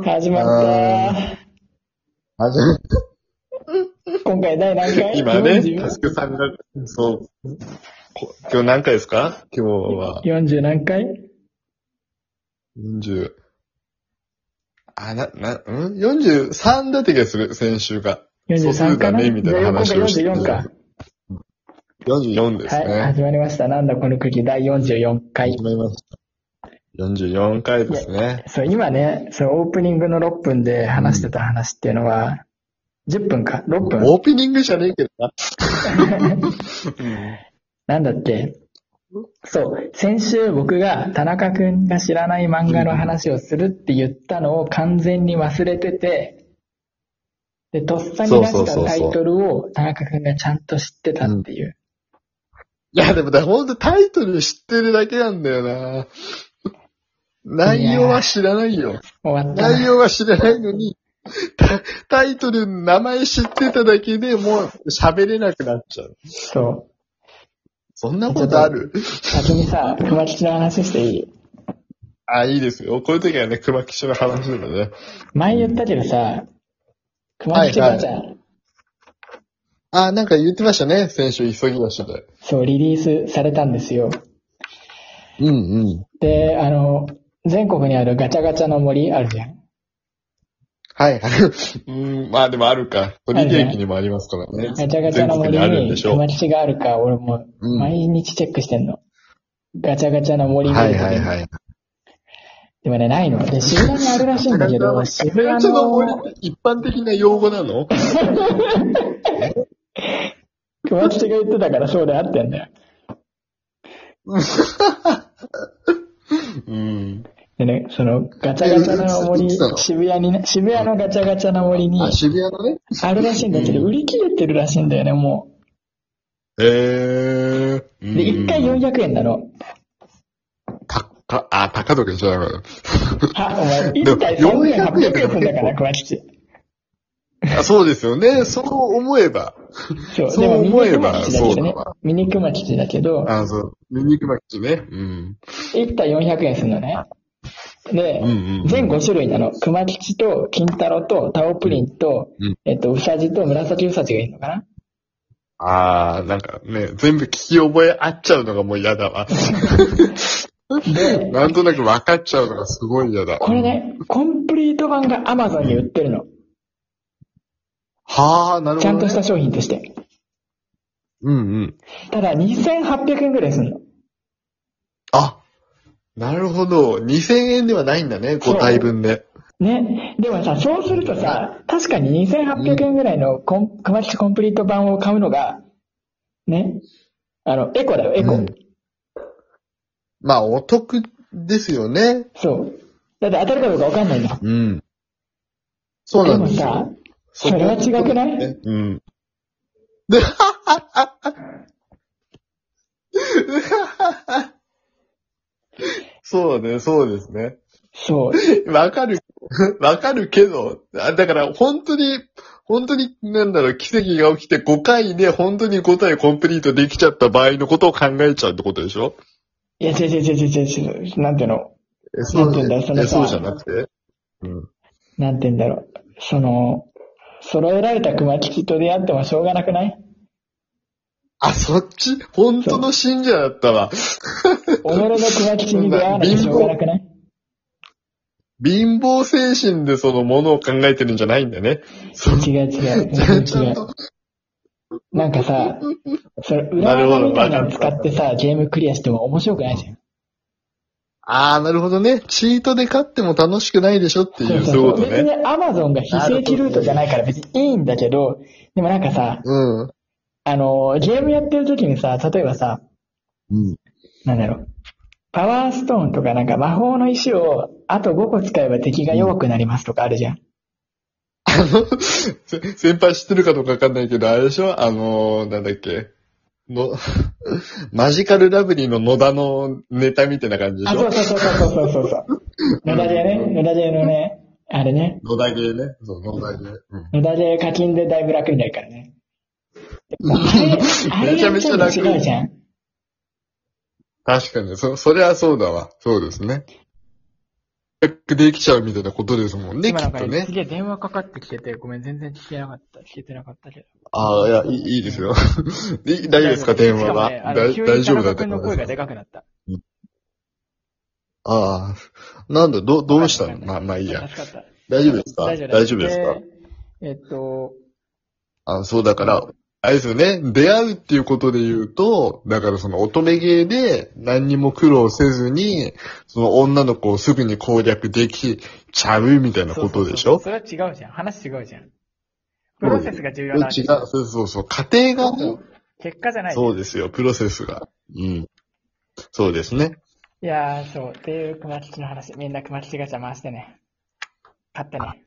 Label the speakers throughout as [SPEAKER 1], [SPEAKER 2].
[SPEAKER 1] 始まったー。今回第何回？
[SPEAKER 2] 今ね、
[SPEAKER 1] 40？
[SPEAKER 2] タスクさんが、そう、今日何回ですか？今日は
[SPEAKER 1] 40何回？
[SPEAKER 2] 40、43だって気がする、先週が。素数
[SPEAKER 1] 43 かな？
[SPEAKER 2] だね、みたいな話をして。
[SPEAKER 1] じゃあ今回44か。
[SPEAKER 2] 44ですね。
[SPEAKER 1] はい、始まりました。なんだこの空気第44回。
[SPEAKER 2] 始まりました。44回ですね。
[SPEAKER 1] そう、今ね、オープニングの6分で話してた話っていうのは、10分か ?6 分。
[SPEAKER 2] オープニングじゃねえけどな。
[SPEAKER 1] なんだっけ？そう、先週僕が田中くんが知らない漫画の話をするって言ったのを完全に忘れてて、で、とっさに出したタイトルを田中くんがちゃんと知ってたっていう。
[SPEAKER 2] いや、でもほんとタイトル知ってるだけなんだよな。内容は知らないよ。
[SPEAKER 1] 終わった。
[SPEAKER 2] 内容は知らないのに、タイトル、名前知ってただけでもう喋れなくなっちゃう。
[SPEAKER 1] そう。
[SPEAKER 2] そんなことある？
[SPEAKER 1] 先にさ、熊吉の話していい？
[SPEAKER 2] あ、いいですよ。こういう時はね、熊吉の話だね。
[SPEAKER 1] 前言ったけどさ、熊吉がじゃん。
[SPEAKER 2] あ、なんか言ってましたね。先週急ぎましたで。
[SPEAKER 1] そう、リリースされたんですよ。
[SPEAKER 2] うんうん。
[SPEAKER 1] で、全国にあるガチャガチャの森あるじゃん。
[SPEAKER 2] はいはい。まあでもあるか。鳥ケーキにもありますからね。
[SPEAKER 1] ガチャガチャの森に熊吉があるか、俺も毎日チェックしてんの。ガチャガチャの森に。
[SPEAKER 2] はいはいはい。
[SPEAKER 1] でもね、ないの。で、渋谷にあるらしいんだけど、渋谷の。
[SPEAKER 2] ガチャガチャの森って一般的な用語なの？
[SPEAKER 1] 熊吉が言ってたからそうであってんだよ。
[SPEAKER 2] うん。
[SPEAKER 1] でね、ガチャガチャの森、渋谷のガチャガチャの森に、
[SPEAKER 2] 渋谷のね、
[SPEAKER 1] あるらしいんだけど、売り切れてるらしいんだよね、も
[SPEAKER 2] う。
[SPEAKER 1] で、1回400円なの。
[SPEAKER 2] 高時計じゃない
[SPEAKER 1] お前、1回3800円するんだから、熊吉。
[SPEAKER 2] そうですよね。そう思えば。そう思えば、そうだわ。
[SPEAKER 1] ミニ熊吉だけど。
[SPEAKER 2] そう。ミニ熊吉ね。
[SPEAKER 1] 1体400円するのね。で、全5種類なの。熊吉と金太郎とタオプリンと、うさじと紫うさじがいるのか
[SPEAKER 2] な？なんかね、全部聞き覚え合っちゃうのがもう嫌だわ。
[SPEAKER 1] で、
[SPEAKER 2] なんとなく分かっちゃうのがすごい嫌だ。
[SPEAKER 1] これね、コンプリート版が Amazon に売ってるの。
[SPEAKER 2] なるほど、ね。
[SPEAKER 1] ちゃんとした商品として。ただ、2800円ぐらいするの。
[SPEAKER 2] なるほど。2000円ではないんだね、5体分で。
[SPEAKER 1] ね。でもさ、そうするとさ、確かに2800円ぐらいの熊吉コンプリート版を買うのが、ね。エコだよ、エコ。
[SPEAKER 2] まあ、お得ですよね。
[SPEAKER 1] そう。だって当たるかどうか分かんないんだ。
[SPEAKER 2] そうなんですよ。
[SPEAKER 1] でもさ、それは違くない？そうね、そうですね。 そう。
[SPEAKER 2] わかるけど、だから本当になんだろう、奇跡が起きて5回で本当に5体コンプリートできちゃった場合のことを考えちゃうってことでしょ？
[SPEAKER 1] いや、違う。なんていうの？
[SPEAKER 2] そうじゃなくて？
[SPEAKER 1] なんていうんだろう。揃えられた熊吉と出会ってもしょうがなくない？
[SPEAKER 2] そっち？本当の信者だったわ。
[SPEAKER 1] 己の熊吉に出会わなきゃしょうがなくない？
[SPEAKER 2] 貧乏精神でそのものを考えてるんじゃないんだね。
[SPEAKER 1] 違う。なんかさ、裏技みたいなの使ってさ、ゲームクリアしても面白くないじゃん。
[SPEAKER 2] なるほどね。チートで勝っても楽しくないでしょっていう、そういうことね。
[SPEAKER 1] 別に Amazon が非正規ルートじゃないから別にいいんだけど、でもなんかさ、ゲームやってる時にさ、例えばさ、なんだろう、パワーストーンとかなんか魔法の石をあと5個使えば敵が弱くなりますとかあるじゃん。
[SPEAKER 2] 先輩知ってるかどうかわかんないけど、あれでしょ？なんだっけ？マジカルラブリーの野田のネタみたいな感じでしょ？
[SPEAKER 1] そう。野田ゲーのね、あれね。
[SPEAKER 2] 野田ゲーね。そう、野田ゲー。
[SPEAKER 1] 野田ゲー課金でだいぶ楽になるからね。
[SPEAKER 2] めちゃめちゃ楽。
[SPEAKER 1] 違うじゃん。
[SPEAKER 2] 確かに、それはそうだわ。そうですね。 約できちゃうみたいなことですもんね、
[SPEAKER 1] 今なんか
[SPEAKER 2] きっとね。
[SPEAKER 1] すげえ電話かかってきてて、ごめん、全然聞けてなかったけど。
[SPEAKER 2] ああ、いや、いいですよ。大丈夫ですか、電話は。
[SPEAKER 1] ね、急
[SPEAKER 2] 大丈夫
[SPEAKER 1] に田中
[SPEAKER 2] だってことですか。
[SPEAKER 1] 君の声がでかくなった。
[SPEAKER 2] ああ、なんだ、どうしたの？まあいいや。
[SPEAKER 1] 助かった。
[SPEAKER 2] 大丈夫ですか？
[SPEAKER 1] 大丈夫ですか？
[SPEAKER 2] そうだから、あれですよね、出会うっていうことで言うと、だからその乙女芸で何にも苦労せずに、その女の子をすぐに攻略できちゃうみたいなことでしょ？
[SPEAKER 1] それは違うじゃん。話違うじゃん。プロセスが重要な。
[SPEAKER 2] 違う、そう。過程がね。
[SPEAKER 1] 結果じゃない。
[SPEAKER 2] そうですよ、プロセスが。うん。そうですね。
[SPEAKER 1] いやー、そう。っていう熊吉の話。みんな熊吉ガチャ回してね。勝ってね。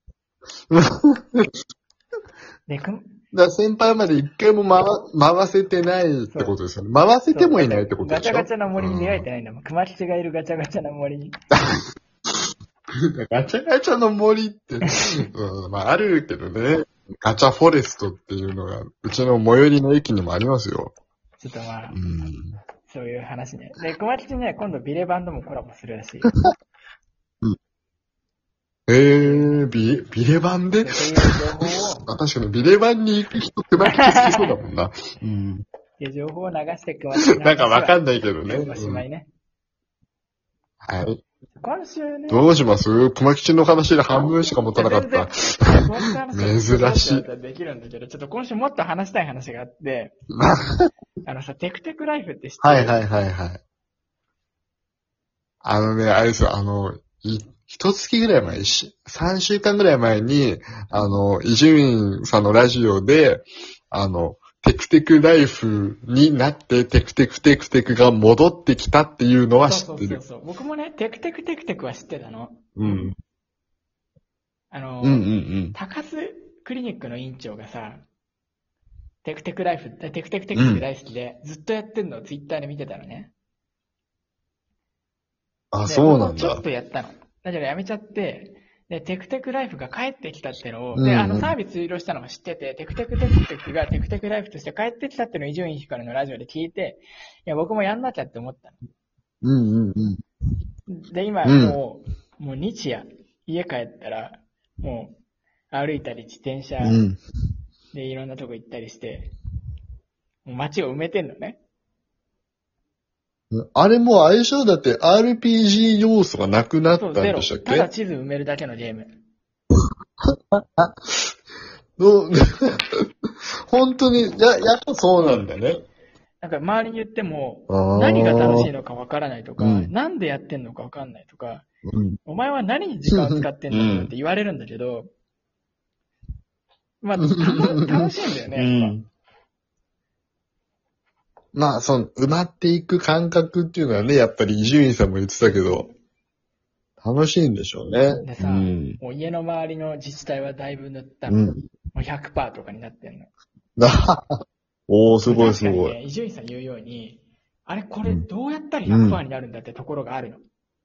[SPEAKER 2] だから先輩まで一回も回せてないってことですよね。回せてもいないってことでしょ？
[SPEAKER 1] ガチャガチャの森に出会えてないんだもん。熊吉がいるガチャガチャの森に。
[SPEAKER 2] ガチャガチャの森って、まああるけどね。ガチャフォレストっていうのが、うちの最寄りの駅にもありますよ。
[SPEAKER 1] ちょっとまあ、そういう話ね。で、熊吉ね、今度ビレバンドもコラボするらしい。
[SPEAKER 2] ビレバンで確かにビレバンに行く人熊吉好きそうだもんな。
[SPEAKER 1] で、情報を流して熊吉
[SPEAKER 2] なんかわかんないけどね。
[SPEAKER 1] おしまいね。
[SPEAKER 2] はい。
[SPEAKER 1] 今週ね。
[SPEAKER 2] どうします？熊吉の話で半分しか持たなかった。珍しい。
[SPEAKER 1] できるんだけど、ちょっと今週もっと話したい話があって、テクテクライフって知ってる？
[SPEAKER 2] はい。あれですよ、一月ぐらい前、3週間ぐらい前に、伊集院さんのラジオで、テクテクライフになって、テクテクが戻ってきたっていうのは知ってる。
[SPEAKER 1] そう。僕もね、テクテクは知ってたの。高須クリニックの院長がさ、テクテクって大好きで、ずっとやってんのをツイッターで見てたのね。
[SPEAKER 2] あ、そうなんだ。
[SPEAKER 1] ちょっとやったの。だけどやめちゃって、で、テクテクライフが帰ってきたってのを、で、サービス終了したのも知ってて、テクテクがテクテクライフとして帰ってきたってのを伊集院光のラジオで聞いて、いや、僕もやんなきゃって思ったの。で、今、もう日夜、家帰ったら、もう、歩いたり自転車でいろんなとこ行ったりして、もう街を埋めてんのね。
[SPEAKER 2] あれもう相性だって RPG 要素がなくなったんでしたっけ？
[SPEAKER 1] ただ地図埋めるだけのゲーム。
[SPEAKER 2] 本当に、やっぱそうなんだね。
[SPEAKER 1] なんか周りに言っても、何が楽しいのかわからないとか、なんでやってんのかわかんないとか、お前は何に時間を使ってんのって言われるんだけど、まあ、楽しいんだよね、やっぱ。
[SPEAKER 2] まあ、埋まっていく感覚っていうのはね、やっぱり伊集院さんも言ってたけど、楽しいんでしょうね。
[SPEAKER 1] でさ、もう家の周りの自治体はだいぶ塗ったの。もう 100% とかになってんの。
[SPEAKER 2] おー、すごい。
[SPEAKER 1] 伊集院さん言うように、あれこれどうやったら 100% になるんだってところがあるの。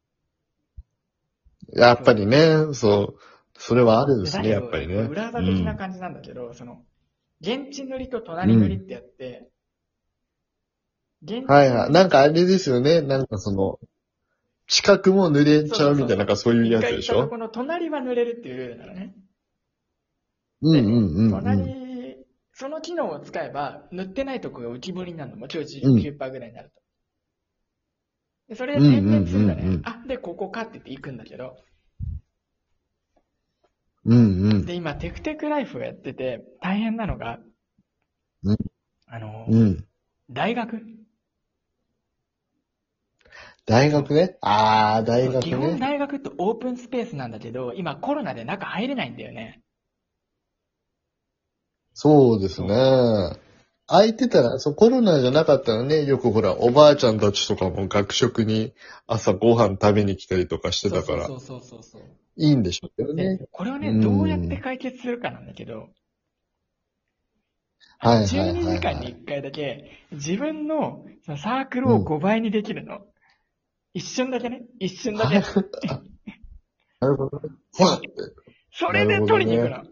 [SPEAKER 2] やっぱりね、それはあるんですね、やっぱりね。
[SPEAKER 1] 裏技的な感じなんだけど、現地塗りと隣塗りってやって、
[SPEAKER 2] なんかあれですよね。なんか近くも塗れちゃうみたいな、なんかそういうやつでしょ？
[SPEAKER 1] この隣は塗れるっていうルールなのね。隣、その機能を使えば、塗ってないとこが浮き彫りになるの。もちろん 19% ぐらいになると。でそれで点滅するんだね。で、ここかって言って行くんだけど。で、今、テクテクライフをやってて、大変なのが、大学
[SPEAKER 2] ね。大学ね。
[SPEAKER 1] 基本大学ってオープンスペースなんだけど、今コロナで中入れないんだよね。
[SPEAKER 2] そうですね。空いてたら、コロナじゃなかったらね、よくほら、おばあちゃんたちとかも学食に朝ご飯食べに来たりとかしてたから。そう。いいんでしょうけどね。
[SPEAKER 1] これをね、どうやって解決するかなんだけど、12時間に1回だけ、自分のサークルを5倍にできるの。一瞬だけね。なる
[SPEAKER 2] ほど。
[SPEAKER 1] それで取りに行くの。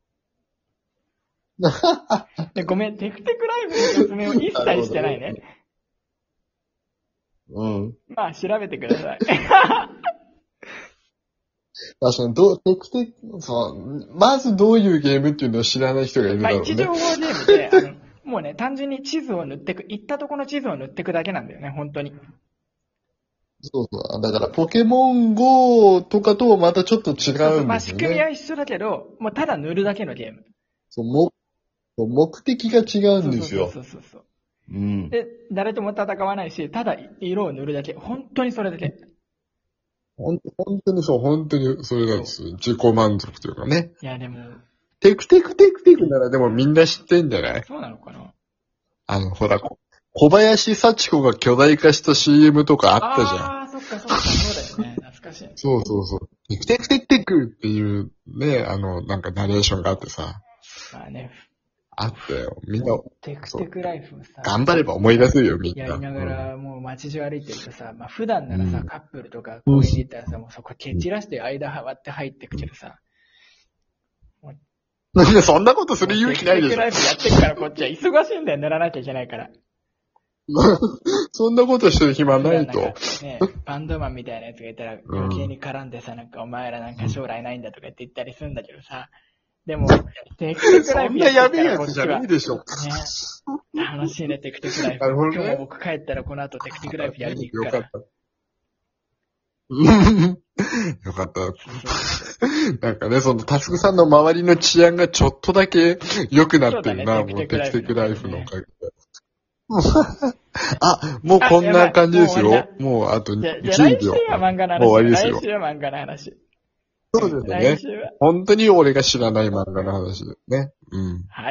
[SPEAKER 1] でごめん、テクテクライブの説明を一切してないね。まあ、調べてください。
[SPEAKER 2] 確かに、そう、まずどういうゲームっていうのを知らない人がいるだろうね。
[SPEAKER 1] 位置情報ゲームで、もうね、単純に地図を塗ってく、行ったとこの地図を塗ってくだけなんだよね、本当に。
[SPEAKER 2] そうそう。だからポケモン GO とかとまたちょっと違うんですよね。
[SPEAKER 1] まあ仕組みは一緒だけど、もうただ塗るだけのゲーム。
[SPEAKER 2] そう、目的が違うんですよ。
[SPEAKER 1] そう。うん。で、誰とも戦わないし、ただ色を塗るだけ。本当にそれだけ。
[SPEAKER 2] 本当にそれなんですよ。自己満足というかね。
[SPEAKER 1] いや、でも。
[SPEAKER 2] テクならでもみんな知ってんじゃない？
[SPEAKER 1] そうなのかな？
[SPEAKER 2] ほら、小林幸子が巨大化した CM とかあったじゃん。
[SPEAKER 1] ああ、そっか、そうだよね。懐かしい。
[SPEAKER 2] そう。テクっていうね、なんかナレーションがあってさ。
[SPEAKER 1] まあね。
[SPEAKER 2] あったよ。みんな。
[SPEAKER 1] テクライフをさ。
[SPEAKER 2] 頑張れば思い出せるよ、みんな。
[SPEAKER 1] やりながら、もう街中歩いてるとさ、まあ普段ならさ、カップルとか公園に行ったらさ、もうそこ蹴散らして間割って入ってくけどさ。
[SPEAKER 2] そんなことする勇気ないでしょ。
[SPEAKER 1] テクライフやってくからこっちは忙しいんだよ、塗らなきゃいけないから。
[SPEAKER 2] そんなことしてる暇ないと。
[SPEAKER 1] ね、バンドマンみたいなやつがいたら余計に絡んでさ、なんかお前らなんか将来ないんだとかって言ったりするんだけどさ。でも、テクライフ
[SPEAKER 2] やってるからこっちは。そんなやべえやつじゃないでしょ。
[SPEAKER 1] ね。楽しいね、テクライフ。今日も僕帰ったらこの後テクライフやりに行くから。
[SPEAKER 2] よかった。よかった。なんかね、そのタスクさんの周りの治安がちょっとだけ良くなってるな、もうテクライフのおかげで。あ、もうこんな感じですよ。もうあと10秒。
[SPEAKER 1] 来週は漫画の話。
[SPEAKER 2] もう終わりですよ。
[SPEAKER 1] 来週は漫画の話。
[SPEAKER 2] そうですね。本当に俺が知らない漫画の話ですね。うん。はい。